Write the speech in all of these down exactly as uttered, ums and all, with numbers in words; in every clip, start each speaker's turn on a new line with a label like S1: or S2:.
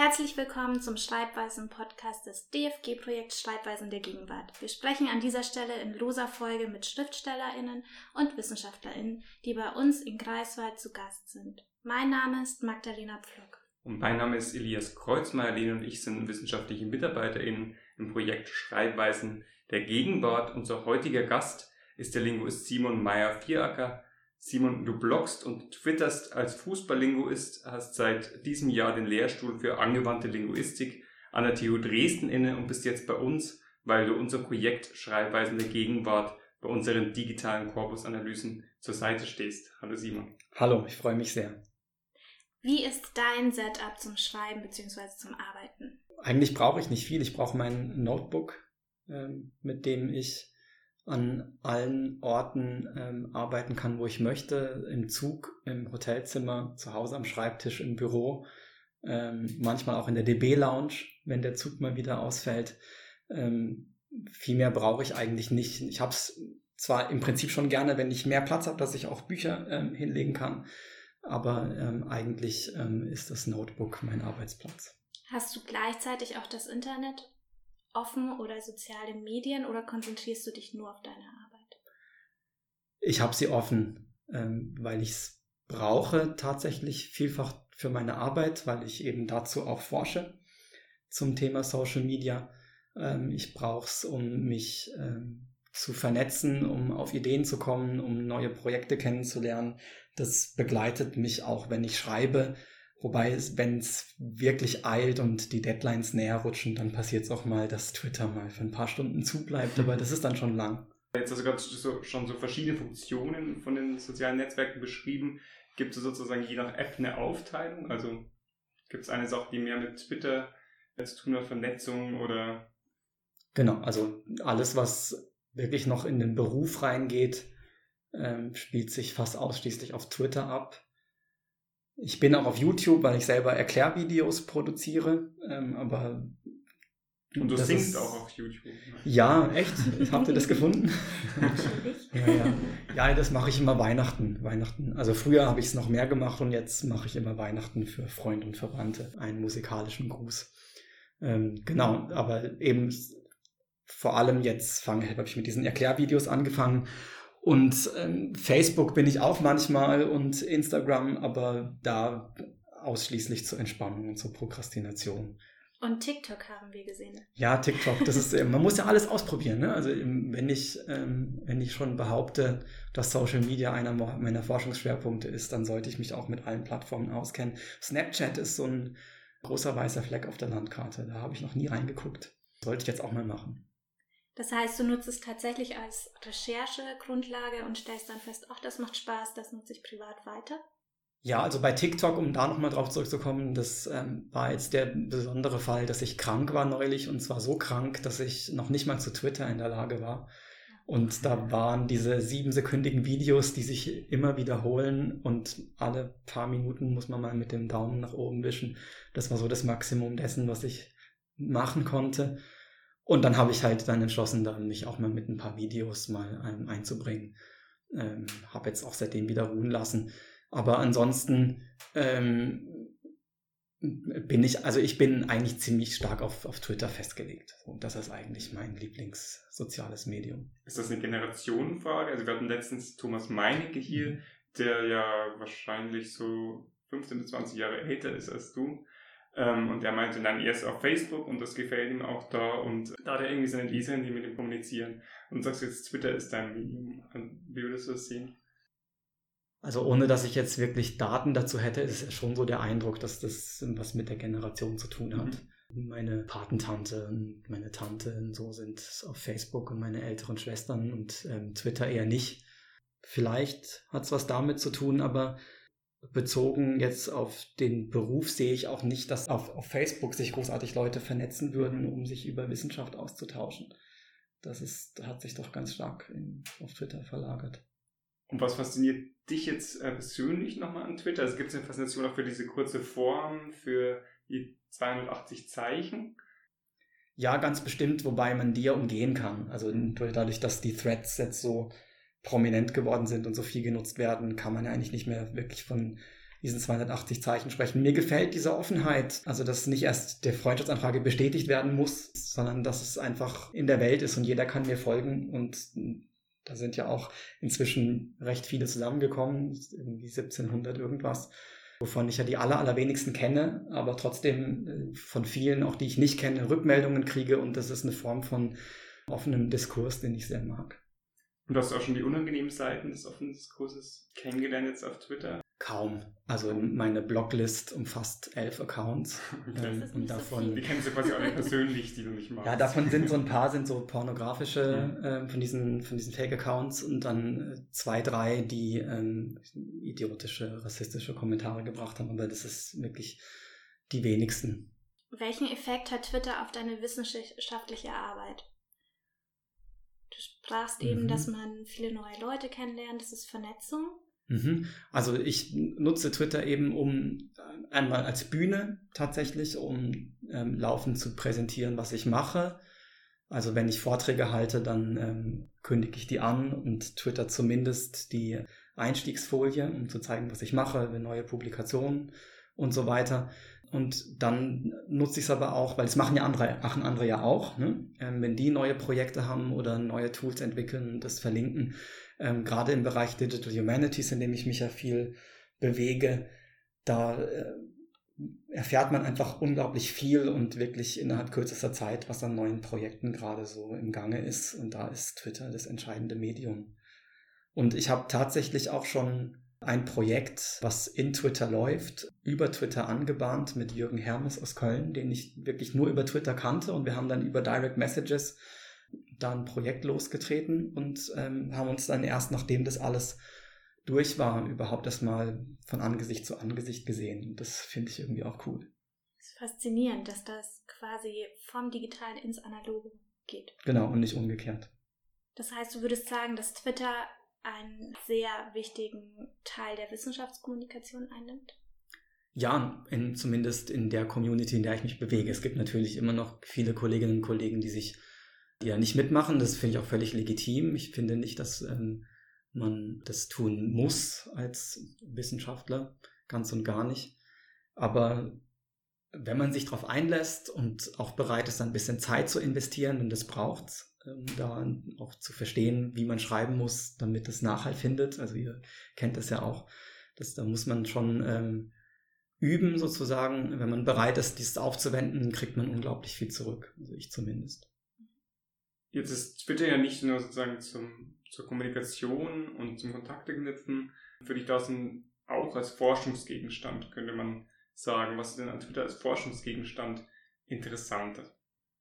S1: Herzlich willkommen zum Schreibweisen-Podcast des D F G-Projekts Schreibweisen der Gegenwart. Wir sprechen an dieser Stelle in loser Folge mit SchriftstellerInnen und WissenschaftlerInnen, die bei uns in Greifswald zu Gast sind. Mein Name ist Magdalena Pflock.
S2: Und mein Name ist Elias Kreuzmeier. Lene und ich sind wissenschaftliche MitarbeiterInnen im Projekt Schreibweisen der Gegenwart. Unser heutiger Gast ist der Linguist Simon Meyer-Vieracker. Simon, du bloggst und twitterst als Fußballlinguist, hast seit diesem Jahr den Lehrstuhl für angewandte Linguistik an der T U Dresden inne und bist jetzt bei uns, weil du unser Projekt Schreibweisen der Gegenwart bei unseren digitalen Korpusanalysen zur Seite stehst. Hallo Simon.
S3: Hallo, ich freue mich sehr.
S1: Wie ist dein Setup zum Schreiben bzw. zum Arbeiten?
S3: Eigentlich brauche ich nicht viel. Ich brauche mein Notebook, ähm, mit dem ich an allen Orten ähm, arbeiten kann, wo ich möchte. Im Zug, im Hotelzimmer, zu Hause am Schreibtisch, im Büro, ähm, manchmal auch in der D B-Lounge, wenn der Zug mal wieder ausfällt. Ähm, viel mehr brauche ich eigentlich nicht. Ich habe es zwar im Prinzip schon gerne, wenn ich mehr Platz habe, dass ich auch Bücher ähm, hinlegen kann, aber ähm, eigentlich ähm, ist das Notebook mein Arbeitsplatz.
S1: Hast du gleichzeitig auch das Internet offen oder soziale Medien oder konzentrierst du dich nur auf deine Arbeit?
S3: Ich habe sie offen, ähm, weil ich es brauche tatsächlich vielfach für meine Arbeit, weil ich eben dazu auch forsche zum Thema Social Media. Ähm, ich brauche es, um mich ähm, zu vernetzen, um auf Ideen zu kommen, um neue Projekte kennenzulernen. Das begleitet mich auch, wenn ich schreibe. Wobei, wenn es wirklich eilt und die Deadlines näher rutschen, dann passiert es auch mal, dass Twitter mal für ein paar Stunden zubleibt, aber das ist dann schon lang.
S2: Jetzt hast du gerade so, schon so verschiedene Funktionen von den sozialen Netzwerken beschrieben. Gibt es sozusagen je nach App eine Aufteilung? Also gibt es eine Sache, die mehr mit Twitter zu tun hat, Vernetzung oder?
S3: Genau, also alles, was wirklich noch in den Beruf reingeht, ähm, spielt sich fast ausschließlich auf Twitter ab. Ich bin auch auf YouTube, weil ich selber Erklärvideos produziere, ähm, aber...
S2: Und du singst ist, auch auf YouTube. Ne?
S3: Ja, echt? Habt ihr das gefunden? Natürlich. ja, ja. ja, das mache ich immer Weihnachten. Weihnachten. Also früher habe ich es noch mehr gemacht und jetzt mache ich immer Weihnachten für Freunde und Verwandte einen musikalischen Gruß. Ähm, genau, aber eben vor allem jetzt fange habe ich mit diesen Erklärvideos angefangen. Und ähm, Facebook bin ich auch manchmal und Instagram, aber da ausschließlich zur Entspannung und zur Prokrastination.
S1: Und TikTok haben wir gesehen.
S3: Ja, TikTok, das ist, man muss ja alles ausprobieren, ne? Also wenn ich, ähm, wenn ich schon behaupte, dass Social Media einer meiner Forschungsschwerpunkte ist, dann sollte ich mich auch mit allen Plattformen auskennen. Snapchat ist so ein großer weißer Fleck auf der Landkarte, da habe ich noch nie reingeguckt. Sollte ich jetzt auch mal machen.
S1: Das heißt, du nutzt es tatsächlich als Recherchegrundlage und stellst dann fest, ach, das macht Spaß, das nutze ich privat weiter?
S3: Ja, also bei TikTok, um da nochmal drauf zurückzukommen, das ähm, war jetzt der besondere Fall, dass ich krank war neulich und zwar so krank, dass ich noch nicht mal zu Twitter in der Lage war. Und da waren diese siebensekündigen Videos, die sich immer wiederholen und alle paar Minuten muss man mal mit dem Daumen nach oben wischen. Das war so das Maximum dessen, was ich machen konnte. Und dann habe ich halt dann entschlossen, dann mich auch mal mit ein paar Videos mal ein, einzubringen. Ähm, habe jetzt auch seitdem wieder ruhen lassen. Aber ansonsten ähm, bin ich, also ich bin eigentlich ziemlich stark auf, auf Twitter festgelegt. Und das ist eigentlich mein Lieblingssoziales Medium.
S2: Ist das eine Generationenfrage? Also wir hatten letztens Thomas Meinecke hier, mhm. der ja wahrscheinlich so fünfzehn bis zwanzig Jahre älter ist als du. Ähm, und er meinte dann erst auf Facebook und das gefällt ihm auch da und da hat er irgendwie seine Leserinnen, die mit ihm kommunizieren. Und sagst jetzt, Twitter ist dein Medium. Wie würdest du das sehen?
S3: Also ohne, dass ich jetzt wirklich Daten dazu hätte, ist es schon so der Eindruck, dass das was mit der Generation zu tun hat. Mhm. Meine Patentante und meine Tante und so sind auf Facebook und meine älteren Schwestern und ähm, Twitter eher nicht. Vielleicht hat es was damit zu tun, aber bezogen jetzt auf den Beruf sehe ich auch nicht, dass auf, auf Facebook sich großartig Leute vernetzen würden, um sich über Wissenschaft auszutauschen. Das ist, hat sich doch ganz stark in, auf Twitter verlagert.
S2: Und was fasziniert dich jetzt äh, persönlich nochmal an Twitter? Also gibt es eine Faszination auch für diese kurze Form, für die zweihundertachtzig Zeichen?
S3: Ja, ganz bestimmt, wobei man die ja umgehen kann. Also dadurch, dass die Threads jetzt so prominent geworden sind und so viel genutzt werden, kann man ja eigentlich nicht mehr wirklich von diesen zweihundertachtzig Zeichen sprechen. Mir gefällt diese Offenheit, also dass nicht erst der Freundschaftsanfrage bestätigt werden muss, sondern dass es einfach in der Welt ist und jeder kann mir folgen und da sind ja auch inzwischen recht viele zusammengekommen, irgendwie siebzehnhundert irgendwas, wovon ich ja die aller, allerwenigsten kenne, aber trotzdem von vielen, auch die ich nicht kenne, Rückmeldungen kriege und das ist eine Form von offenem Diskurs, den ich sehr mag.
S2: Und hast du auch schon die unangenehmen Seiten des offenen Diskurses kennengelernt jetzt auf Twitter?
S3: Kaum. Also meine Bloglist umfasst elf Accounts.
S2: ähm,
S3: und davon,
S2: die kennst du quasi alle persönlich, die du nicht magst.
S3: Ja, davon sind so ein paar sind so pornografische mhm. äh, von diesen von diesen Fake-Accounts und dann äh, zwei, drei, die ähm, idiotische, rassistische Kommentare gebracht haben. Aber das ist wirklich die wenigsten.
S1: Welchen Effekt hat Twitter auf deine wissenschaftliche Arbeit? Du sprachst eben, mhm. dass man viele neue Leute kennenlernt, das ist Vernetzung.
S3: Mhm. Also ich nutze Twitter eben, um einmal als Bühne tatsächlich, um ähm, laufend zu präsentieren, was ich mache. Also wenn ich Vorträge halte, dann ähm, kündige ich die an und Twitter zumindest die Einstiegsfolie, um zu zeigen, was ich mache, neue Publikationen und so weiter. Und dann nutze ich es aber auch, weil es machen ja andere, machen andere ja auch, ne? Ähm, wenn die neue Projekte haben oder neue Tools entwickeln und das verlinken, ähm, gerade im Bereich Digital Humanities, in dem ich mich ja viel bewege, da äh, erfährt man einfach unglaublich viel und wirklich innerhalb kürzester Zeit, was an neuen Projekten gerade so im Gange ist. Und da ist Twitter das entscheidende Medium. Und ich habe tatsächlich auch schon ein Projekt, was in Twitter läuft, über Twitter angebahnt mit Jürgen Hermes aus Köln, den ich wirklich nur über Twitter kannte und wir haben dann über Direct Messages da ein Projekt losgetreten und ähm, haben uns dann erst, nachdem das alles durch war, überhaupt erstmal von Angesicht zu Angesicht gesehen. Und das finde ich irgendwie auch cool.
S1: Das ist faszinierend, dass das quasi vom Digitalen ins Analoge geht.
S3: Genau, und nicht umgekehrt.
S1: Das heißt, du würdest sagen, dass Twitter einen sehr wichtigen Teil der Wissenschaftskommunikation einnimmt?
S3: Ja, in, zumindest in der Community, in der ich mich bewege. Es gibt natürlich immer noch viele Kolleginnen und Kollegen, die sich ja nicht mitmachen. Das finde ich auch völlig legitim. Ich finde nicht, dass ähm, man das tun muss als Wissenschaftler, ganz und gar nicht. Aber wenn man sich darauf einlässt und auch bereit ist, ein bisschen Zeit zu investieren, und das braucht es, um da auch zu verstehen, wie man schreiben muss, damit es Nachhalt findet. Also ihr kennt das ja auch. Das, da muss man schon ähm, üben sozusagen. Wenn man bereit ist, dieses aufzuwenden, kriegt man unglaublich viel zurück. Also ich zumindest.
S2: Jetzt ist Twitter ja nicht nur sozusagen zum, zur Kommunikation und zum Kontakte knüpfen. Für dich da sind auch als Forschungsgegenstand, könnte man sagen. Was ist denn an Twitter als Forschungsgegenstand interessanter?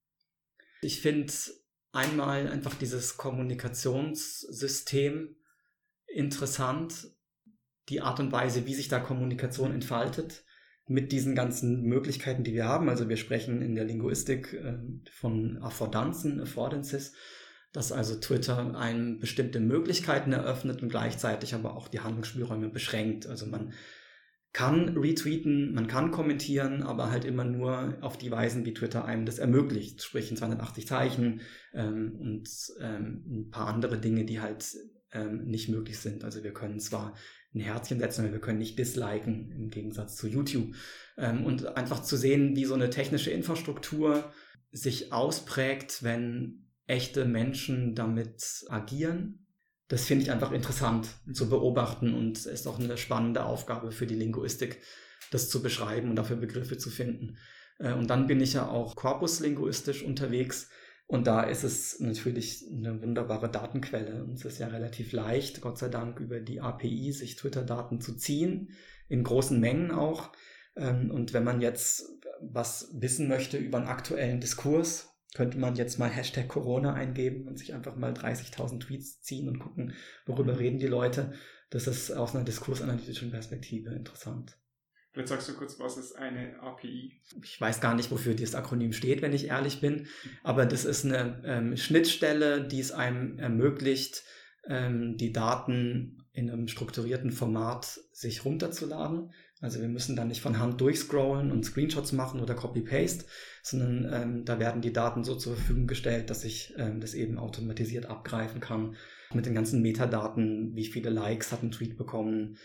S3: Ich finde einmal einfach dieses Kommunikationssystem interessant, die Art und Weise, wie sich da Kommunikation entfaltet, mit diesen ganzen Möglichkeiten, die wir haben. Also wir sprechen in der Linguistik äh, von Affordanzen, Affordances, dass also Twitter einem bestimmte Möglichkeiten eröffnet und gleichzeitig aber auch die Handlungsspielräume beschränkt. Also man kann retweeten, man kann kommentieren, aber halt immer nur auf die Weisen, wie Twitter einem das ermöglicht, sprich in zweihundertachtzig Zeichen ähm, und ähm, ein paar andere Dinge, die halt ähm, nicht möglich sind. Also wir können zwar ein Herzchen setzen, aber wir können nicht disliken, im Gegensatz zu YouTube. Ähm, und einfach zu sehen, wie so eine technische Infrastruktur sich ausprägt, wenn echte Menschen damit agieren. Das finde ich einfach interessant zu beobachten und ist auch eine spannende Aufgabe für die Linguistik, das zu beschreiben und dafür Begriffe zu finden. Und dann bin ich ja auch korpuslinguistisch unterwegs und da ist es natürlich eine wunderbare Datenquelle und es ist ja relativ leicht, Gott sei Dank, über die A P I sich Twitter-Daten zu ziehen, in großen Mengen auch. Und wenn man jetzt was wissen möchte über einen aktuellen Diskurs, könnte man jetzt mal Hashtag Corona eingeben und sich einfach mal dreißigtausend Tweets ziehen und gucken, worüber reden die Leute. Das ist aus einer diskursanalytischen Perspektive interessant.
S2: Vielleicht sagst du kurz, was ist eine A P I?
S3: Ich weiß gar nicht, wofür dieses Akronym steht, wenn ich ehrlich bin, aber das ist eine ähm, Schnittstelle, die es einem ermöglicht, ähm, die Daten in einem strukturierten Format sich runterzuladen. Also wir müssen da nicht von Hand durchscrollen und Screenshots machen oder Copy-Paste, sondern ähm, da werden die Daten so zur Verfügung gestellt, dass ich ähm, das eben automatisiert abgreifen kann. Mit den ganzen Metadaten, wie viele Likes hat ein Tweet bekommen,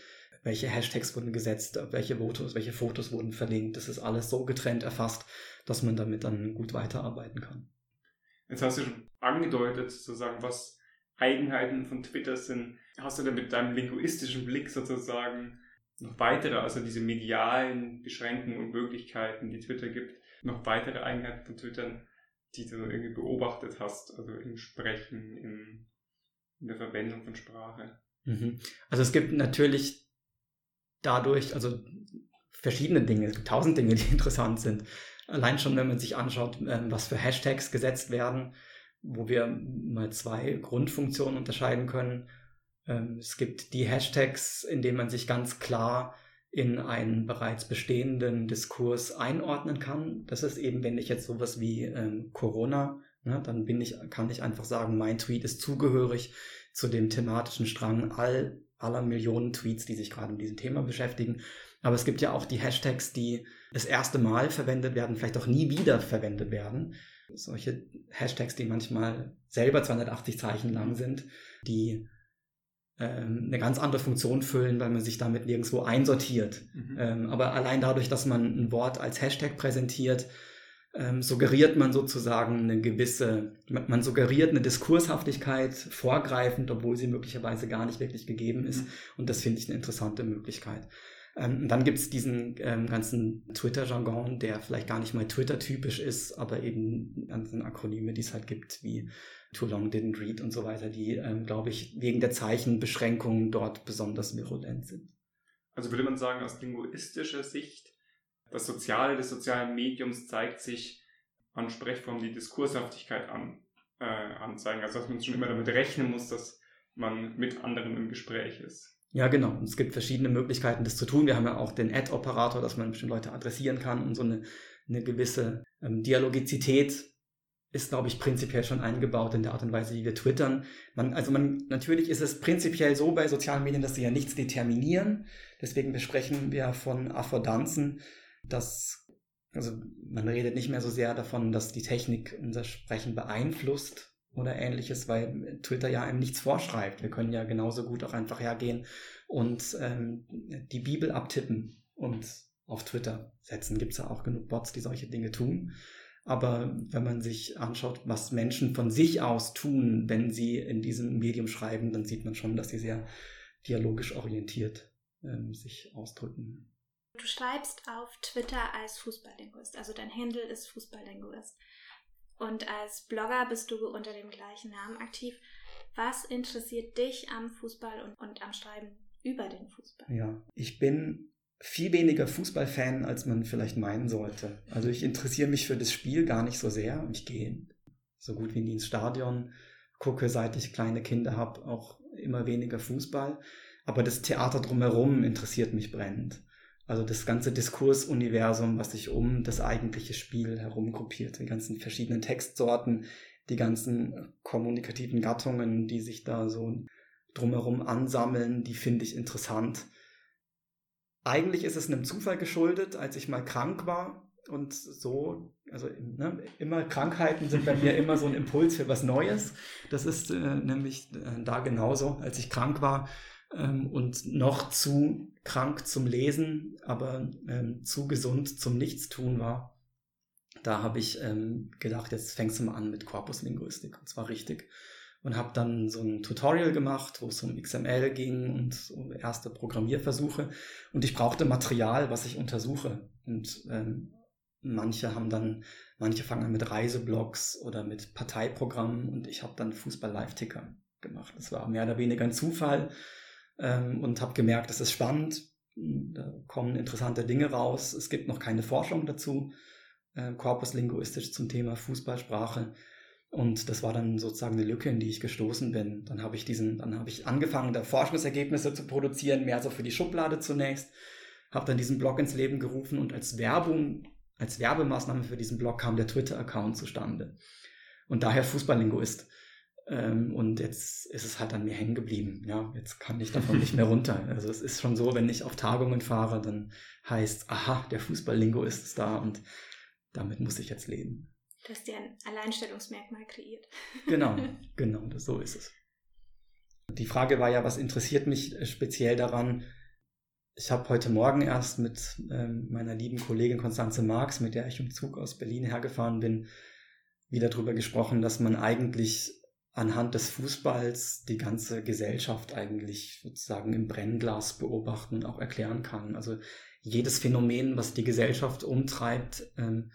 S3: welche Hashtags wurden gesetzt, welche Fotos, welche Fotos wurden verlinkt. Das ist alles so getrennt erfasst, dass man damit dann gut weiterarbeiten kann.
S2: Jetzt hast du schon angedeutet, sozusagen, was Eigenheiten von Twitter sind. Hast du denn mit deinem linguistischen Blick sozusagen noch weitere, also diese medialen Beschränkungen und Möglichkeiten, die Twitter gibt, noch weitere Eigenheiten von Twitter, die du irgendwie beobachtet hast, also im Sprechen, im, in der Verwendung von Sprache?
S3: Mhm. Also es gibt natürlich dadurch, also verschiedene Dinge, es gibt tausend Dinge, die interessant sind. Allein schon, wenn man sich anschaut, was für Hashtags gesetzt werden, wo wir mal zwei Grundfunktionen unterscheiden können. Es gibt die Hashtags, in denen man sich ganz klar in einen bereits bestehenden Diskurs einordnen kann. Das ist eben, wenn ich jetzt sowas wie ähm, Corona, ne, dann bin ich, kann ich einfach sagen, mein Tweet ist zugehörig zu dem thematischen Strang all, aller Millionen Tweets, die sich gerade mit diesem Thema beschäftigen. Aber es gibt ja auch die Hashtags, die das erste Mal verwendet werden, vielleicht auch nie wieder verwendet werden. Solche Hashtags, die manchmal selber zweihundertachtzig Zeichen lang sind, die ähm, eine ganz andere Funktion füllen, weil man sich damit nirgendwo einsortiert. Mhm. Ähm, aber allein dadurch, dass man ein Wort als Hashtag präsentiert, ähm, suggeriert man sozusagen eine gewisse, man, man suggeriert eine Diskurshaftigkeit vorgreifend, obwohl sie möglicherweise gar nicht wirklich gegeben ist. Mhm. Und das finde ich eine interessante Möglichkeit. Ähm, dann gibt es diesen ähm, ganzen Twitter-Jargon, der vielleicht gar nicht mal Twitter-typisch ist, aber eben ganzen Akronyme, die es halt gibt, wie Too Long Didn't Read und so weiter, die, ähm, glaube ich, wegen der Zeichenbeschränkungen dort besonders virulent sind.
S2: Also würde man sagen, aus linguistischer Sicht, das Soziale des sozialen Mediums zeigt sich an Sprechformen, die Diskurshaftigkeit an, äh, anzeigen. Also dass man schon immer damit rechnen muss, dass man mit anderen im Gespräch ist.
S3: Ja, genau. Und es gibt verschiedene Möglichkeiten, das zu tun. Wir haben ja auch den Ad-Operator, dass man bestimmte Leute adressieren kann und so eine, eine gewisse ähm, Dialogizität ist, glaube ich, prinzipiell schon eingebaut in der Art und Weise, wie wir twittern. Man, also man, natürlich ist es prinzipiell so bei sozialen Medien, dass sie ja nichts determinieren. Deswegen besprechen wir von Affordanzen, dass, also man redet nicht mehr so sehr davon, dass die Technik unser Sprechen beeinflusst oder ähnliches, weil Twitter ja einem nichts vorschreibt. Wir können ja genauso gut auch einfach hergehen und ähm, die Bibel abtippen und auf Twitter setzen. Gibt es ja auch genug Bots, die solche Dinge tun. Aber wenn man sich anschaut, was Menschen von sich aus tun, wenn sie in diesem Medium schreiben, dann sieht man schon, dass sie sehr dialogisch orientiert ähm, sich ausdrücken.
S1: Du schreibst auf Twitter als Fußballlinguist, also dein Handle ist Fußballlinguist. Und als Blogger bist du unter dem gleichen Namen aktiv. Was interessiert dich am Fußball und, und am Schreiben über den Fußball?
S3: Ja, ich bin viel weniger Fußballfan, als man vielleicht meinen sollte. Also ich interessiere mich für das Spiel gar nicht so sehr. Ich gehe so gut wie nie ins Stadion, gucke, seit ich kleine Kinder habe, auch immer weniger Fußball. Aber das Theater drumherum interessiert mich brennend. Also das ganze Diskursuniversum, was sich um das eigentliche Spiel herum gruppiert, die ganzen verschiedenen Textsorten, die ganzen kommunikativen Gattungen, die sich da so drumherum ansammeln, die finde ich interessant. Eigentlich ist es einem Zufall geschuldet, als ich mal krank war und so, also ne, immer Krankheiten sind bei mir immer so ein Impuls für was Neues. Das ist äh, nämlich äh, da genauso, als ich krank war, und noch zu krank zum Lesen, aber ähm, zu gesund zum Nichtstun war, da habe ich ähm, gedacht, jetzt fängst du mal an mit Korpuslinguistik, und zwar richtig. Und habe dann so ein Tutorial gemacht, wo es um X M L ging und um erste Programmierversuche. Und ich brauchte Material, was ich untersuche. Und ähm, manche haben dann, manche fangen an mit Reiseblogs oder mit Parteiprogrammen und ich habe dann Fußball-Live-Ticker gemacht. Das war mehr oder weniger ein Zufall. Und habe gemerkt, das ist spannend, da kommen interessante Dinge raus. Es gibt noch keine Forschung dazu, äh, korpuslinguistisch zum Thema Fußballsprache. Und das war dann sozusagen eine Lücke, in die ich gestoßen bin. Dann habe ich diesen, dann habe ich angefangen, da Forschungsergebnisse zu produzieren, mehr so für die Schublade zunächst. Habe dann diesen Blog ins Leben gerufen und als Werbung, als Werbemaßnahme für diesen Blog kam der Twitter-Account zustande. Und daher Fußballlinguist. Ähm, und jetzt ist es halt an mir hängen geblieben. Ja, jetzt kann ich davon nicht mehr runter. Also es ist schon so, wenn ich auf Tagungen fahre, dann heißt, aha, der Fußballlinguist ist da und damit muss ich jetzt leben.
S1: Du hast dir ein Alleinstellungsmerkmal kreiert.
S3: Genau, genau, das, so ist es. Die Frage war ja, was interessiert mich speziell daran? Ich habe heute Morgen erst mit ähm, meiner lieben Kollegin Konstanze Marx, mit der ich im Zug aus Berlin hergefahren bin, wieder darüber gesprochen, dass man eigentlich anhand des Fußballs die ganze Gesellschaft eigentlich sozusagen im Brennglas beobachten und auch erklären kann. Also jedes Phänomen, was die Gesellschaft umtreibt, ähm,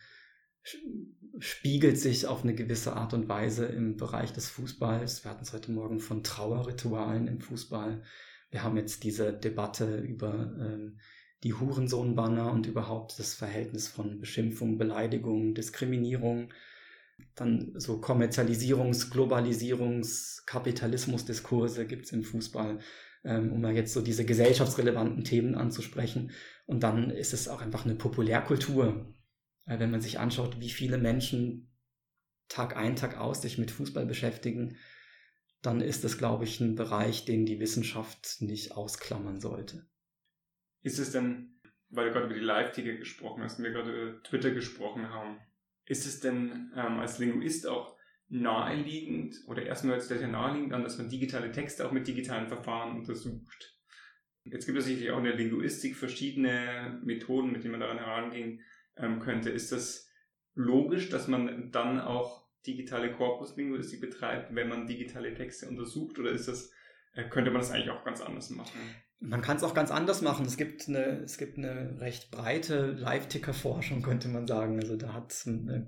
S3: spiegelt sich auf eine gewisse Art und Weise im Bereich des Fußballs. Wir hatten es heute Morgen von Trauerritualen im Fußball. Wir haben jetzt diese Debatte über ähm, die Hurensohn-Banner und überhaupt das Verhältnis von Beschimpfung, Beleidigung, Diskriminierung. Dann so Kommerzialisierungs-, Globalisierungs-, Kapitalismusdiskurse gibt es im Fußball, ähm, um mal jetzt so diese gesellschaftsrelevanten Themen anzusprechen. Und dann ist es auch einfach eine Populärkultur. Äh, wenn man sich anschaut, wie viele Menschen Tag ein, Tag aus sich mit Fußball beschäftigen, dann ist es, glaube ich, ein Bereich, den die Wissenschaft nicht ausklammern sollte.
S2: Ist es denn, weil du gerade über die Live-Ticker gesprochen hast und wir gerade über Twitter gesprochen haben, ist es denn ähm, als Linguist auch naheliegend oder erstmal hört es gleich naheliegend an, dass man digitale Texte auch mit digitalen Verfahren untersucht? Jetzt gibt es sicherlich auch in der Linguistik verschiedene Methoden, mit denen man daran herangehen ähm, könnte. Ist das logisch, dass man dann auch digitale Korpuslinguistik betreibt, wenn man digitale Texte untersucht? Oder ist das, äh, könnte man das eigentlich auch ganz anders machen?
S3: Man kann es auch ganz anders machen. Es gibt eine, es gibt eine recht breite Live-Ticker-Forschung, könnte man sagen. Also da hat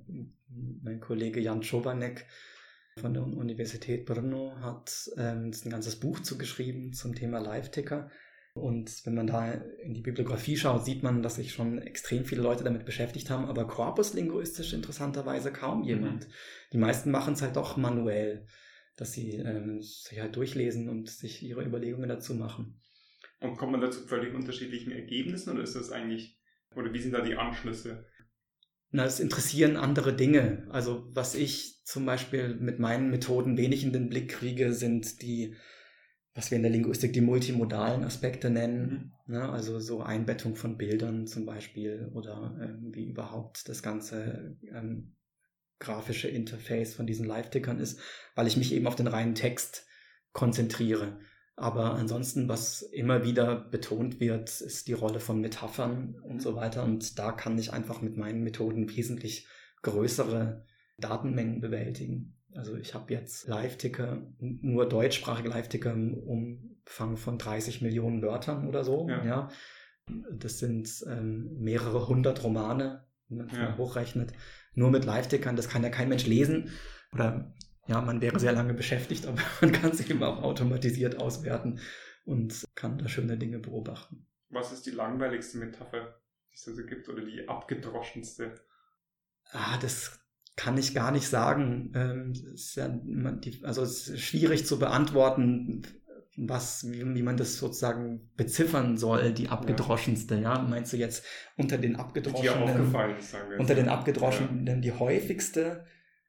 S3: mein Kollege Jan Czobanek von der Universität Brno hat ähm, ein ganzes Buch zugeschrieben zum Thema Live-Ticker. Und wenn man da in die Bibliografie schaut, sieht man, dass sich schon extrem viele Leute damit beschäftigt haben, aber korpuslinguistisch interessanterweise kaum jemand. Mhm. Die meisten machen es halt doch manuell, dass sie ähm, sich halt durchlesen und sich ihre Überlegungen dazu machen.
S2: Und kommt man da zu völlig unterschiedlichen Ergebnissen oder ist das eigentlich, oder wie sind da die Anschlüsse?
S3: Na, es interessieren andere Dinge. Also was ich zum Beispiel mit meinen Methoden wenig in den Blick kriege, sind die, was wir in der Linguistik die multimodalen Aspekte nennen. Mhm. Ne? Also so Einbettung von Bildern zum Beispiel oder ähm, wie überhaupt das ganze ähm, grafische Interface von diesen Live-Tickern ist, weil ich mich eben auf den reinen Text konzentriere. Aber ansonsten, was immer wieder betont wird, ist die Rolle von Metaphern und so weiter. Und da kann ich einfach mit meinen Methoden wesentlich größere Datenmengen bewältigen. Also ich habe jetzt Live-Ticker, nur deutschsprachige Live-Ticker im Umfang von dreißig Millionen Wörtern oder so. Ja. Ja. Das sind ähm, mehrere hundert Romane, wenn man es ja. mal hochrechnet. Nur mit Live-Tickern, das kann ja kein Mensch lesen. Oder ja, man wäre sehr lange beschäftigt, aber man kann sich eben auch automatisiert auswerten und kann da schöne Dinge beobachten.
S2: Was ist die langweiligste Metapher, die es so gibt, oder die abgedroschenste?
S3: Ah, das kann ich gar nicht sagen. Ähm, ist ja, also es ist schwierig zu beantworten, was, wie, wie man das sozusagen beziffern soll, die abgedroschenste. Ja, ja? Meinst du jetzt unter den abgedroschenen? Die dir aufgefallen ist, sagen wir jetzt. Unter den abgedroschenen ja. die häufigste?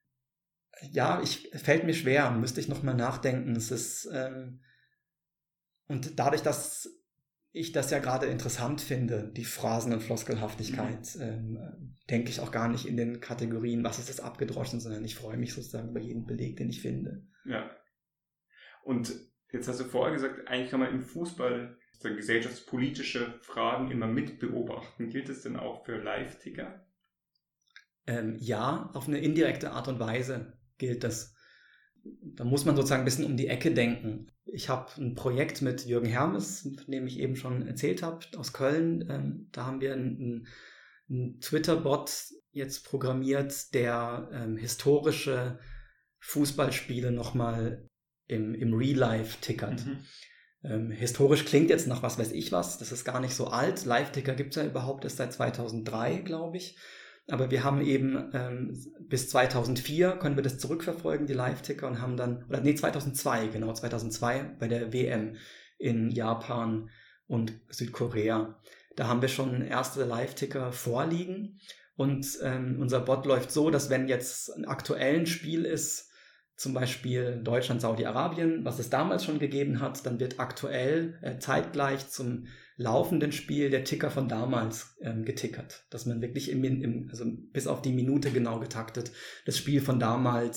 S3: Ja, ich, fällt mir schwer, müsste ich nochmal nachdenken. Es ist, ähm, und dadurch, dass ich das ja gerade interessant finde, die Phrasen- und Floskelhaftigkeit, mhm. ähm, denke ich auch gar nicht in den Kategorien, was ist das abgedroschen, sondern ich freue mich sozusagen über jeden Beleg, den ich finde.
S2: Ja. Und jetzt hast du vorher gesagt, eigentlich kann man im Fußball sozusagen gesellschaftspolitische Fragen immer mit beobachten. Gilt das denn auch für Live-Ticker?
S3: Ähm, ja, auf eine indirekte Art und Weise gilt das. Da muss man sozusagen ein bisschen um die Ecke denken. Ich habe ein Projekt mit Jürgen Hermes, von dem ich eben schon erzählt habe, aus Köln. Ähm, da haben wir einen, einen Twitter-Bot jetzt programmiert, der ähm, historische Fußballspiele nochmal im, im Real-Life tickert. Mhm. Ähm, historisch klingt jetzt nach was weiß ich was, das ist gar nicht so alt. Live-Ticker gibt es ja überhaupt erst seit zweitausenddrei, glaube ich. Aber wir haben eben ähm, bis zweitausendvier können wir das zurückverfolgen, die Live-Ticker, und haben dann, oder nee, zweitausendzwei, genau, zweitausendzwei bei der W M in Japan und Südkorea. Da haben wir schon erste Live-Ticker vorliegen und ähm, unser Bot läuft so, dass wenn jetzt ein aktuelles Spiel ist, zum Beispiel Deutschland, Saudi-Arabien, was es damals schon gegeben hat, dann wird aktuell äh, zeitgleich zum laufenden Spiel der Ticker von damals ähm, getickert. Dass man wirklich im, im, also bis auf die Minute genau getaktet das Spiel von damals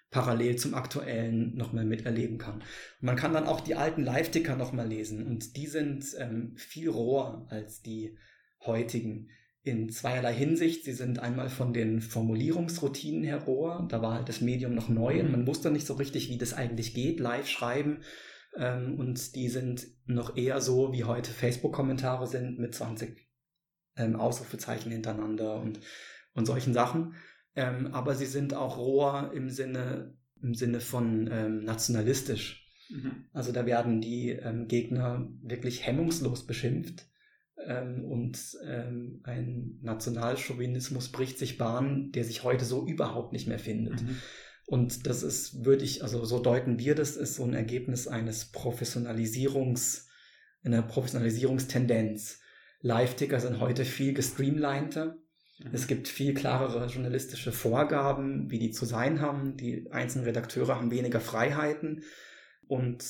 S3: parallel zum Aktuellen nochmal miterleben kann. Und man kann dann auch die alten Live-Ticker nochmal lesen und die sind ähm, viel roher als die heutigen. In zweierlei Hinsicht. Sie sind einmal von den Formulierungsroutinen her roher. Da war halt das Medium noch neu und man wusste nicht so richtig, wie das eigentlich geht, live schreiben. Ähm, und die sind noch eher so, wie heute Facebook-Kommentare sind, mit zwanzig ähm, Ausrufezeichen hintereinander und, und solchen Sachen. Ähm, aber sie sind auch roher im Sinne, im Sinne von ähm, nationalistisch. Mhm. Also da werden die ähm, Gegner wirklich hemmungslos beschimpft. Ähm, und ähm, ein Nationalchauvinismus bricht sich Bahn, der sich heute so überhaupt nicht mehr findet. Mhm. Und das ist, würde ich, also so deuten wir das, ist so ein Ergebnis eines Professionalisierungs, einer Professionalisierungstendenz. Live-Ticker sind heute viel gestreamliner. Mhm. Es gibt viel klarere journalistische Vorgaben, wie die zu sein haben. Die einzelnen Redakteure haben weniger Freiheiten. Und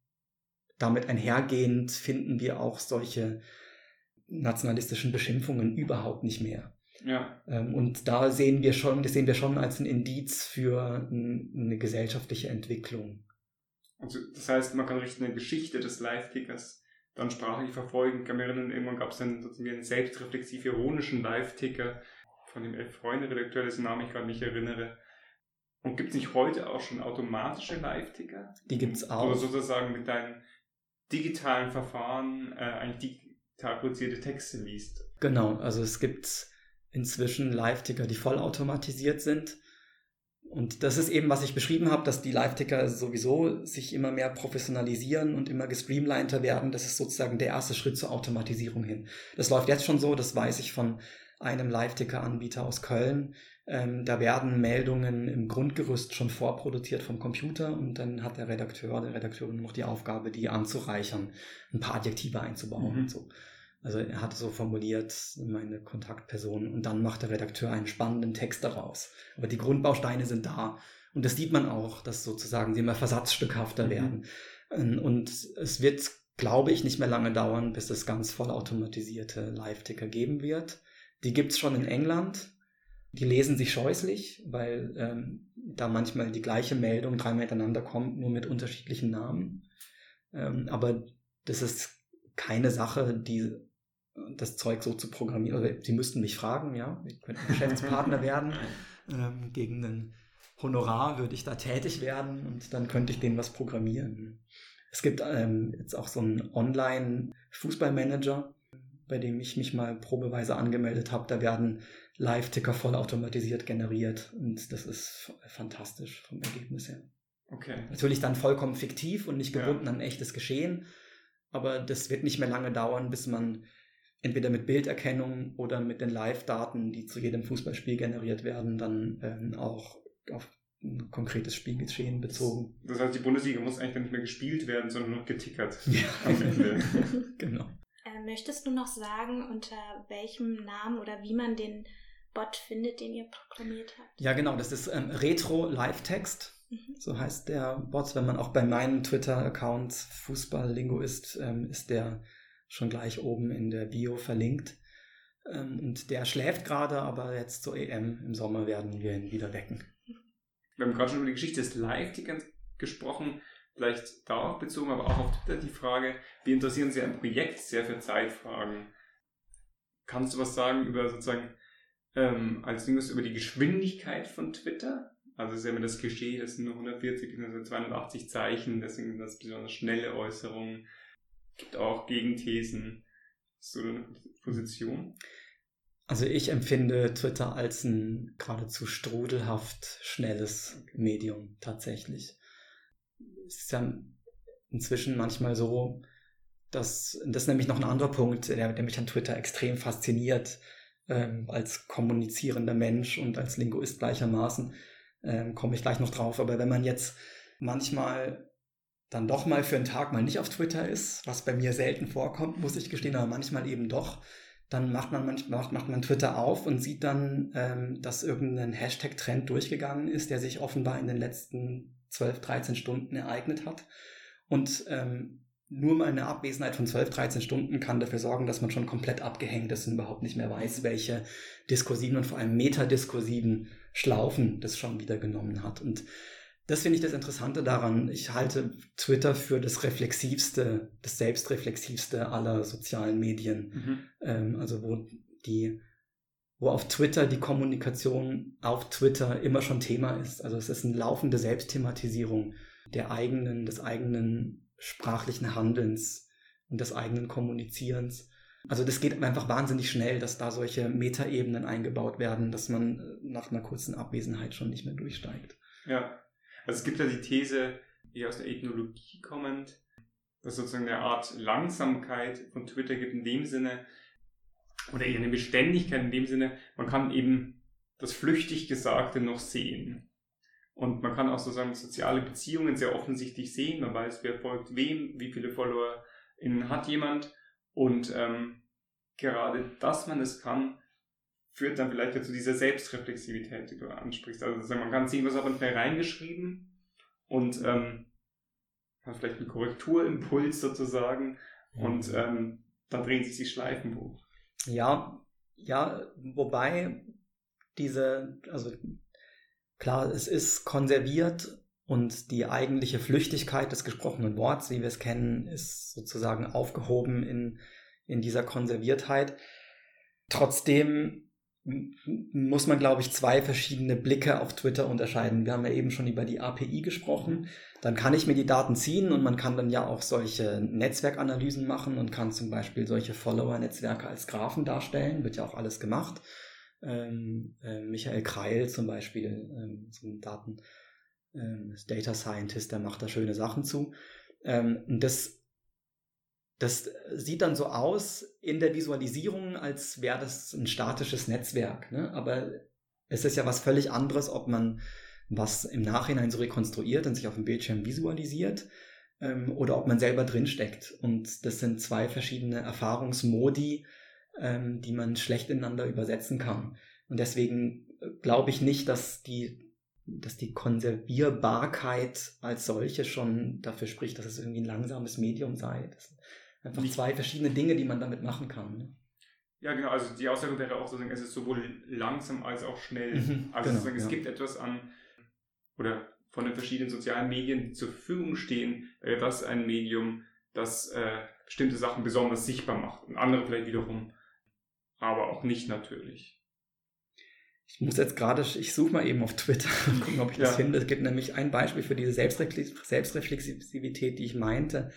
S3: damit einhergehend finden wir auch solche nationalistischen Beschimpfungen überhaupt nicht mehr. Ja. Ähm, und da sehen wir schon, das sehen wir schon als ein Indiz für ein, eine gesellschaftliche Entwicklung.
S2: Also das heißt, man kann richtig eine Geschichte des Live-Tickers dann sprachlich verfolgen. Ich kann mich erinnern, irgendwann gab es dann einen selbstreflexiv ironischen Live-Ticker von dem Elf-Freunde-Redakteur, dessen Namen ich gerade nicht erinnere. Und gibt es nicht heute auch schon automatische Live-Ticker?
S3: Die gibt es auch.
S2: Oder sozusagen mit deinem digitalen Verfahren äh, eigentlich die produzierte Texte liest.
S3: Genau, also es gibt inzwischen Live-Ticker, die vollautomatisiert sind. Und das ist eben, was ich beschrieben habe, dass die Live-Ticker sowieso sich immer mehr professionalisieren und immer gestreamliner werden. Das ist sozusagen der erste Schritt zur Automatisierung hin. Das läuft jetzt schon so, das weiß ich von einem Live-Ticker-Anbieter aus Köln. Ähm, da werden Meldungen im Grundgerüst schon vorproduziert vom Computer und dann hat der Redakteur, der Redakteurin noch die Aufgabe, die anzureichern, ein paar Adjektive einzubauen mhm. und so. Also er hat so formuliert, meine Kontaktperson, und dann macht der Redakteur einen spannenden Text daraus. Aber die Grundbausteine sind da. Und das sieht man auch, dass sozusagen sie immer versatzstückhafter mhm. werden. Und es wird, glaube ich, nicht mehr lange dauern, bis es ganz vollautomatisierte Live-Ticker geben wird. Die gibt es schon in England. Die lesen sich scheußlich, weil ähm, da manchmal die gleiche Meldung dreimal hintereinander kommt, nur mit unterschiedlichen Namen. Ähm, aber das ist keine Sache, die das Zeug so zu programmieren. Also, Sie müssten mich fragen, ja, ich könnte Geschäftspartner werden. Ähm, gegen ein Honorar würde ich da tätig werden und dann könnte ich denen was programmieren. Es gibt ähm, jetzt auch so einen Online-Fußballmanager, bei dem ich mich mal probeweise angemeldet habe. Da werden Live-Ticker vollautomatisiert generiert und das ist f- fantastisch vom Ergebnis her.
S2: Okay.
S3: Natürlich dann vollkommen fiktiv und nicht gebunden ja. an echtes Geschehen, aber das wird nicht mehr lange dauern, bis man entweder mit Bilderkennung oder mit den Live-Daten, die zu jedem Fußballspiel generiert werden, dann ähm, auch auf ein konkretes Spielgeschehen bezogen.
S2: Das heißt, die Bundesliga muss eigentlich dann nicht mehr gespielt werden, sondern nur getickert.
S3: Ja, am Ende. Genau.
S1: Äh, möchtest du noch sagen, unter welchem Namen oder wie man den Bot findet, den ihr programmiert habt?
S3: Ja, genau. Das ist ähm, Retro Live-Text. Mhm. So heißt der Bot. Wenn man auch bei meinem Twitter-Account Fußball-Linguist ähm, ist der schon gleich oben in der Bio verlinkt. Ähm, und der schläft gerade, aber jetzt zur E M im Sommer werden wir ihn wieder wecken.
S2: Wir haben gerade schon über die Geschichte des Live-Tickers gesprochen, vielleicht darauf bezogen, aber auch auf Twitter die Frage, wir interessieren uns ja im Projekt sehr für Zeitfragen. Kannst du was sagen über sozusagen ähm, als Linguist über die Geschwindigkeit von Twitter? Also es ist ja immer das Klischee, das sind nur hundertvierzig, also zweihundertachtzig Zeichen, deswegen sind das besonders schnelle Äußerungen. Gibt auch Gegenthesen. Hast du eine Position?
S3: Also ich empfinde Twitter als ein geradezu strudelhaft schnelles okay. Medium tatsächlich. Es ist ja inzwischen manchmal so, dass, das ist nämlich noch ein anderer Punkt, der, der mich an Twitter extrem fasziniert, ähm, als kommunizierender Mensch und als Linguist gleichermaßen, ähm, komme ich gleich noch drauf. Aber wenn man jetzt manchmal dann doch mal für einen Tag mal nicht auf Twitter ist, was bei mir selten vorkommt, muss ich gestehen, aber manchmal eben doch, dann macht man, manchmal, macht man Twitter auf und sieht dann, ähm, dass irgendein Hashtag-Trend durchgegangen ist, der sich offenbar in den letzten zwölf, dreizehn Stunden ereignet hat. Und ähm, nur mal eine Abwesenheit von zwölf, dreizehn Stunden kann dafür sorgen, dass man schon komplett abgehängt ist und überhaupt nicht mehr weiß, welche diskursiven und vor allem metadiskursiven Schlaufen das schon wieder genommen hat. Und Das finde ich das Interessante daran. Ich halte Twitter für das reflexivste, das selbstreflexivste aller sozialen Medien.
S2: Mhm.
S3: Ähm, also wo die, wo auf Twitter die Kommunikation auf Twitter immer schon Thema ist. Also es ist eine laufende Selbstthematisierung der eigenen, des eigenen sprachlichen Handelns und des eigenen Kommunizierens. Also das geht einfach wahnsinnig schnell, dass da solche Metaebenen eingebaut werden, dass man nach einer kurzen Abwesenheit schon nicht mehr durchsteigt.
S2: Ja, also es gibt ja die These, die aus der Ethnologie kommend, dass es sozusagen eine Art Langsamkeit von Twitter gibt in dem Sinne, oder eher eine Beständigkeit in dem Sinne, man kann eben das flüchtig Gesagte noch sehen. Und man kann auch sozusagen soziale Beziehungen sehr offensichtlich sehen, man weiß, wer folgt wem, wie viele FollowerInnen hat jemand. Und ähm, gerade, dass man es kann, führt dann vielleicht zu dieser Selbstreflexivität, die du ansprichst. Also man kann sehen, was hat man vielleicht reingeschrieben und ähm, hat vielleicht einen Korrekturimpuls sozusagen und ähm, dann drehen sich die Schleifen hoch.
S3: Ja, ja, wobei diese, also klar, es ist konserviert und die eigentliche Flüchtigkeit des gesprochenen Worts, wie wir es kennen, ist sozusagen aufgehoben in, in dieser Konserviertheit. Trotzdem muss man, glaube ich, zwei verschiedene Blicke auf Twitter unterscheiden. Wir haben ja eben schon über die A P I gesprochen. Dann kann ich mir die Daten ziehen und man kann dann ja auch solche Netzwerkanalysen machen und kann zum Beispiel solche Follower-Netzwerke als Graphen darstellen. Wird ja auch alles gemacht. Ähm, äh, Michael Kreil zum Beispiel, ähm, so ein Daten ähm, Data Scientist, der macht da schöne Sachen zu. Ähm, und das Das sieht dann so aus in der Visualisierung, als wäre das ein statisches Netzwerk. Ne? Aber es ist ja was völlig anderes, ob man was im Nachhinein so rekonstruiert und sich auf dem Bildschirm visualisiert ähm, oder ob man selber drinsteckt. Und das sind zwei verschiedene Erfahrungsmodi, ähm, die man schlecht ineinander übersetzen kann. Und deswegen glaube ich nicht, dass die, dass die Konservierbarkeit als solche schon dafür spricht, dass es irgendwie ein langsames Medium sei. Das sind einfach nicht zwei verschiedene Dinge, die man damit machen kann. Ne?
S2: Ja, genau. Also die Aussage wäre auch sozusagen, es ist sowohl langsam als auch schnell.
S3: Mhm,
S2: also
S3: genau,
S2: sozusagen, es
S3: ja.
S2: gibt etwas an, oder von den verschiedenen sozialen Medien, die zur Verfügung stehen, wäre das ein Medium, das äh, bestimmte Sachen besonders sichtbar macht. Und andere vielleicht wiederum, aber auch nicht natürlich.
S3: Ich muss jetzt gerade, ich suche mal eben auf Twitter und gucken, ob ich das
S2: Ja.
S3: finde. Es gibt nämlich ein Beispiel für diese Selbstreflex- Selbstreflexivität, die ich meinte.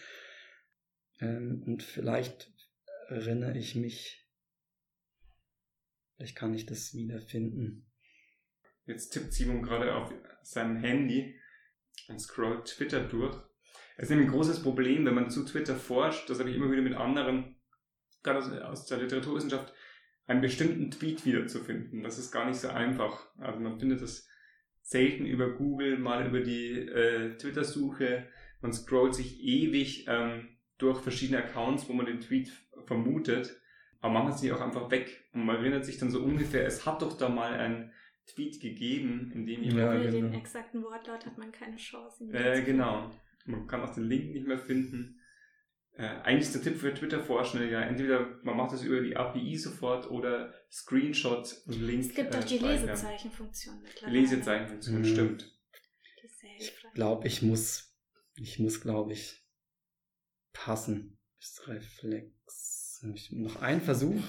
S3: Ähm, und vielleicht erinnere ich mich, vielleicht kann ich das wiederfinden.
S2: Jetzt tippt Simon gerade auf seinem Handy und scrollt Twitter durch. Es ist nämlich ein großes Problem, wenn man zu Twitter forscht, das habe ich immer wieder mit anderen, gerade aus, aus der Literaturwissenschaft, einen bestimmten Tweet wiederzufinden. Das ist gar nicht so einfach. Also man findet das selten über Google, mal über die äh, Twitter-Suche. Man scrollt sich ewig ähm, durch verschiedene Accounts, wo man den Tweet vermutet. Aber man hat sich auch einfach weg. Und man erinnert sich dann so ungefähr, es hat doch da mal ein Tweet gegeben, in dem jemand...
S3: Ja,
S1: Ohne
S3: genau.
S1: den exakten Wortlaut hat man keine Chance. ihn
S2: Äh,
S1: wiederzufinden.
S2: genau. Man kann auch den Link nicht mehr finden. Äh, eigentlich ist der Tipp für Twitter-Forschende ja, entweder man macht das über die A P I sofort oder Screenshot und Link.
S1: Es gibt
S2: äh,
S1: auch die
S2: speichern.
S1: Lesezeichenfunktion
S2: Die
S1: mittlerweile.
S2: Lesezeichenfunktion,
S3: Mhm.
S2: stimmt.
S1: Die ist sehr
S3: Ich
S1: hilfreich.
S3: glaube, ich muss, ich muss, glaube ich, passen. Reflex. Ich- Noch ein Versuch.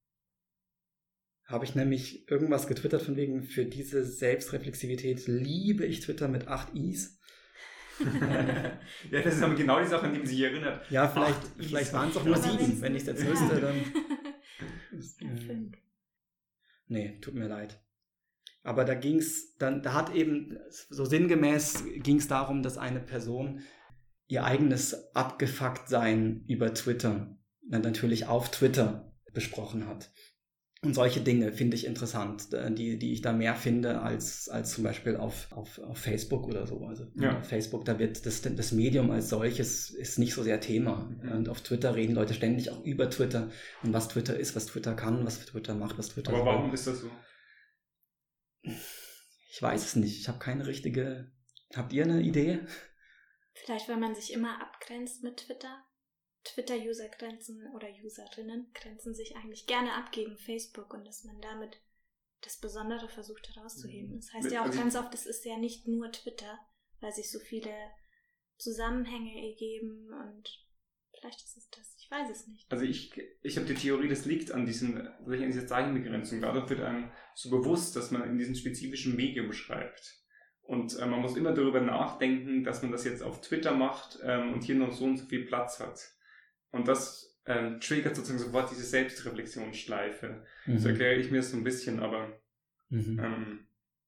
S3: Habe ich nämlich irgendwas getwittert von wegen, für diese Selbstreflexivität liebe ich Twitter mit acht I's.
S2: Ja, das ist aber genau die Sache, an die man sich erinnert.
S3: Ja, vielleicht,
S2: Acht I's.
S3: vielleicht waren es auch nur
S1: Aber
S3: sieben.
S1: wenn's-
S3: Wenn ich es jetzt
S1: Ja.
S3: wüsste, dann...
S1: Ja, fünf.
S3: Nee, tut mir leid. Aber da ging's, dann, da hat eben, so sinngemäß ging es darum, dass eine Person ihr eigenes Abgefucktsein über Twitter, dann natürlich auf Twitter besprochen hat. Und solche Dinge finde ich interessant, äh, die, die ich da mehr finde als, als zum Beispiel auf, auf, auf Facebook oder so. Also
S2: Ja.
S3: auf Facebook, da wird das, das Medium als solches ist nicht so sehr Thema.
S2: Mhm.
S3: Und auf Twitter reden Leute ständig auch über Twitter und was Twitter ist, was Twitter kann, was Twitter macht, was Twitter
S2: Aber
S3: soll.
S2: warum ist das so?
S3: Ich weiß es nicht. Ich habe keine richtige... Habt ihr eine Idee?
S1: Vielleicht, weil man sich immer abgrenzt mit Twitter. Twitter-User grenzen oder Userinnen grenzen sich eigentlich gerne ab gegen Facebook und dass man damit das Besondere versucht herauszuheben. Das heißt
S2: Mit-
S1: ja auch
S2: also ich-
S1: ganz oft, es ist ja nicht nur Twitter, weil sich so viele Zusammenhänge ergeben und vielleicht ist es das, ich weiß es nicht.
S2: Also ich, ich habe die Theorie, das liegt an, diesen, an dieser Zeichenbegrenzung. Dadurch wird einem so bewusst, dass man in diesem spezifischen Medium schreibt. Und äh, man muss immer darüber nachdenken, dass man das jetzt auf Twitter macht ähm, und hier noch so und so viel Platz hat. Und das ähm, triggert sozusagen sofort diese Selbstreflexionsschleife. Mhm. So erkläre ich mir es so ein bisschen, aber mhm. ähm,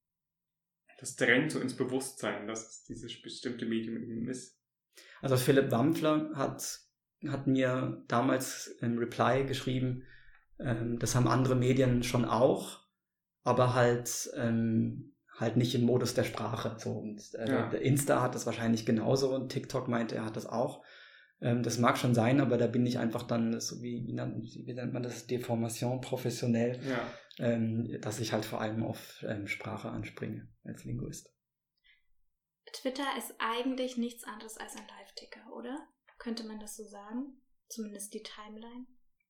S2: das drängt so ins Bewusstsein, dass es dieses bestimmte Medium eben ist.
S3: Also Philipp Wampfler hat, hat mir damals im Reply geschrieben, ähm, das haben andere Medien schon auch, aber halt, ähm, halt nicht im Modus der Sprache. So. Und äh, ja. Der Insta hat das wahrscheinlich genauso und TikTok meinte, er hat das auch. Ähm, das mag schon sein, aber da bin ich einfach dann, so wie, wie, nennt, wie nennt man das, Deformation professionell, ja. ähm, dass ich halt vor allem auf ähm, Sprache anspringe als Linguist.
S1: Twitter ist eigentlich nichts anderes als ein Live-Ticker, oder? Könnte man das so sagen? Zumindest die Timeline?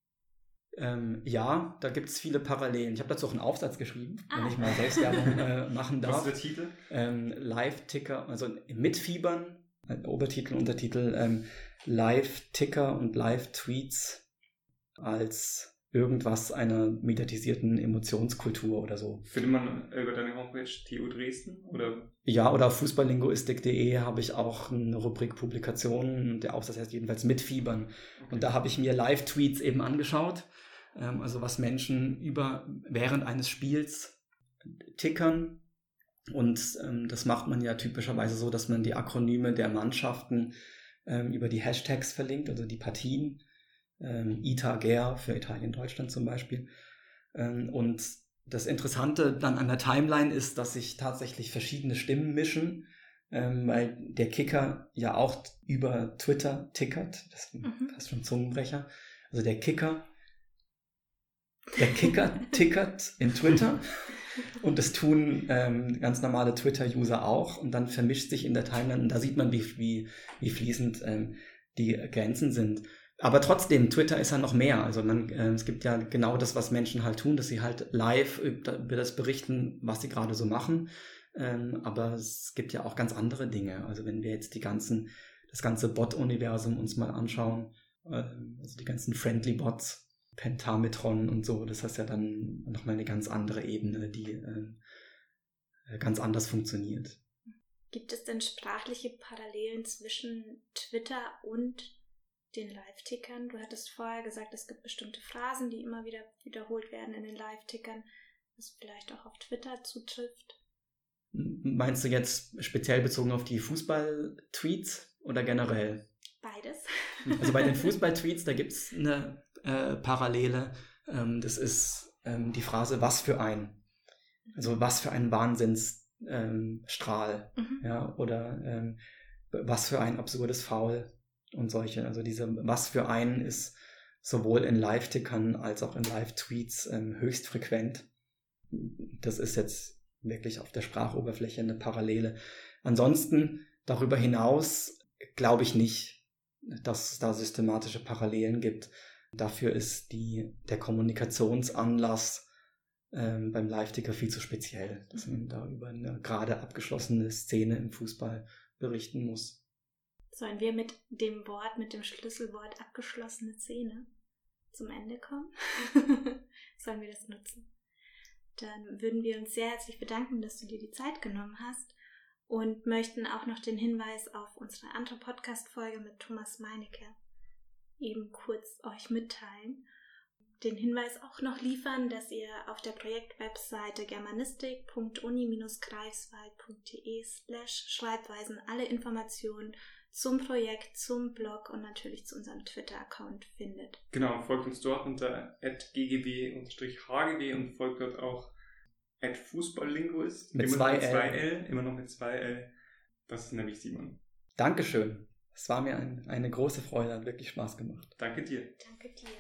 S3: Ähm, ja, da gibt es viele Parallelen. Ich habe dazu auch einen Aufsatz geschrieben, ah. wenn ich mal Selbstwerbung äh, machen darf.
S2: Was ist der Titel?
S3: Ähm, Live-Ticker, also Mitfiebern, äh, Obertitel, Untertitel, ähm, Live-Ticker und Live-Tweets als irgendwas einer mediatisierten Emotionskultur oder so.
S2: Findet man über deine Homepage T U Dresden? Oder?
S3: Ja, oder auf fußballlinguistik punkt de habe ich auch eine Rubrik Publikationen und der Aufsatz heißt jedenfalls Mitfiebern. Okay. Und da habe ich mir Live-Tweets eben angeschaut, ähm, also was Menschen über während eines Spiels tickern. Und ähm, das macht man ja typischerweise so, dass man die Akronyme der Mannschaften ähm, über die Hashtags verlinkt, also die Partien. Ähm, I T A G E R für Italien, Deutschland zum Beispiel. Ähm, und das Interessante dann an der Timeline ist, dass sich tatsächlich verschiedene Stimmen mischen, ähm, weil der Kicker ja auch über Twitter tickert. Das ist mhm. fast schon Zungenbrecher. Also der Kicker, der Kicker tickert in Twitter und das tun ähm, ganz normale Twitter-User auch und dann vermischt sich in der Timeline und da sieht man, wie, wie, wie fließend ähm, die Grenzen sind. Aber trotzdem, Twitter ist ja noch mehr. Also man, äh, es gibt ja genau das, was Menschen halt tun, dass sie halt live über das berichten, was sie gerade so machen. Ähm, aber es gibt ja auch ganz andere Dinge. Also wenn wir jetzt die ganzen, das ganze Bot-Universum uns mal anschauen, äh, also die ganzen Friendly Bots, Pentametron und so, das heißt ja dann nochmal eine ganz andere Ebene, die äh, ganz anders funktioniert.
S1: Gibt es denn sprachliche Parallelen zwischen Twitter und den Live-Tickern? Du hattest vorher gesagt, es gibt bestimmte Phrasen, die immer wieder wiederholt werden in den Live-Tickern, was vielleicht auch auf Twitter zutrifft.
S3: Meinst du jetzt speziell bezogen auf die Fußball-Tweets oder generell?
S1: Beides.
S3: Also bei den Fußball-Tweets, da gibt es eine äh, Parallele. Ähm, das ist ähm, die Phrase, was für ein. Also was für ein Wahnsinnsstrahl. Ähm, mhm. Ja, oder ähm, was für ein absurdes Foul. Und solche, also diese was für einen ist sowohl in Live-Tickern als auch in Live-Tweets ähm, höchst frequent. Das ist jetzt wirklich auf der Sprachoberfläche eine Parallele. Ansonsten, darüber hinaus, glaube ich nicht, dass es da systematische Parallelen gibt. Dafür ist die, der Kommunikationsanlass ähm, beim Live-Ticker viel zu speziell, dass man da über eine gerade abgeschlossene Szene im Fußball berichten muss.
S1: Sollen wir mit dem Wort, mit dem Schlüsselwort abgeschlossene Szene zum Ende kommen? Sollen wir das nutzen? Dann würden wir uns sehr herzlich bedanken, dass du dir die Zeit genommen hast und möchten auch noch den Hinweis auf unsere andere Podcast-Folge mit Thomas Meinecke eben kurz euch mitteilen. Den Hinweis auch noch liefern, dass ihr auf der Projektwebseite germanistik punkt uni bindestrich greifswald punkt de slash Schreibweisen alle Informationen zum Projekt, zum Blog und natürlich zu unserem Twitter-Account findet.
S2: Genau, folgt uns dort unter at g g w h g w und folgt dort auch at fußballlinguist.
S3: Mit
S2: immer
S3: zwei
S2: mit
S3: L.
S2: zwei L. Immer noch mit zwei L. Das ist nämlich Simon.
S3: Dankeschön. Es war mir ein, eine große Freude, hat wirklich Spaß gemacht.
S2: Danke dir.
S1: Danke dir.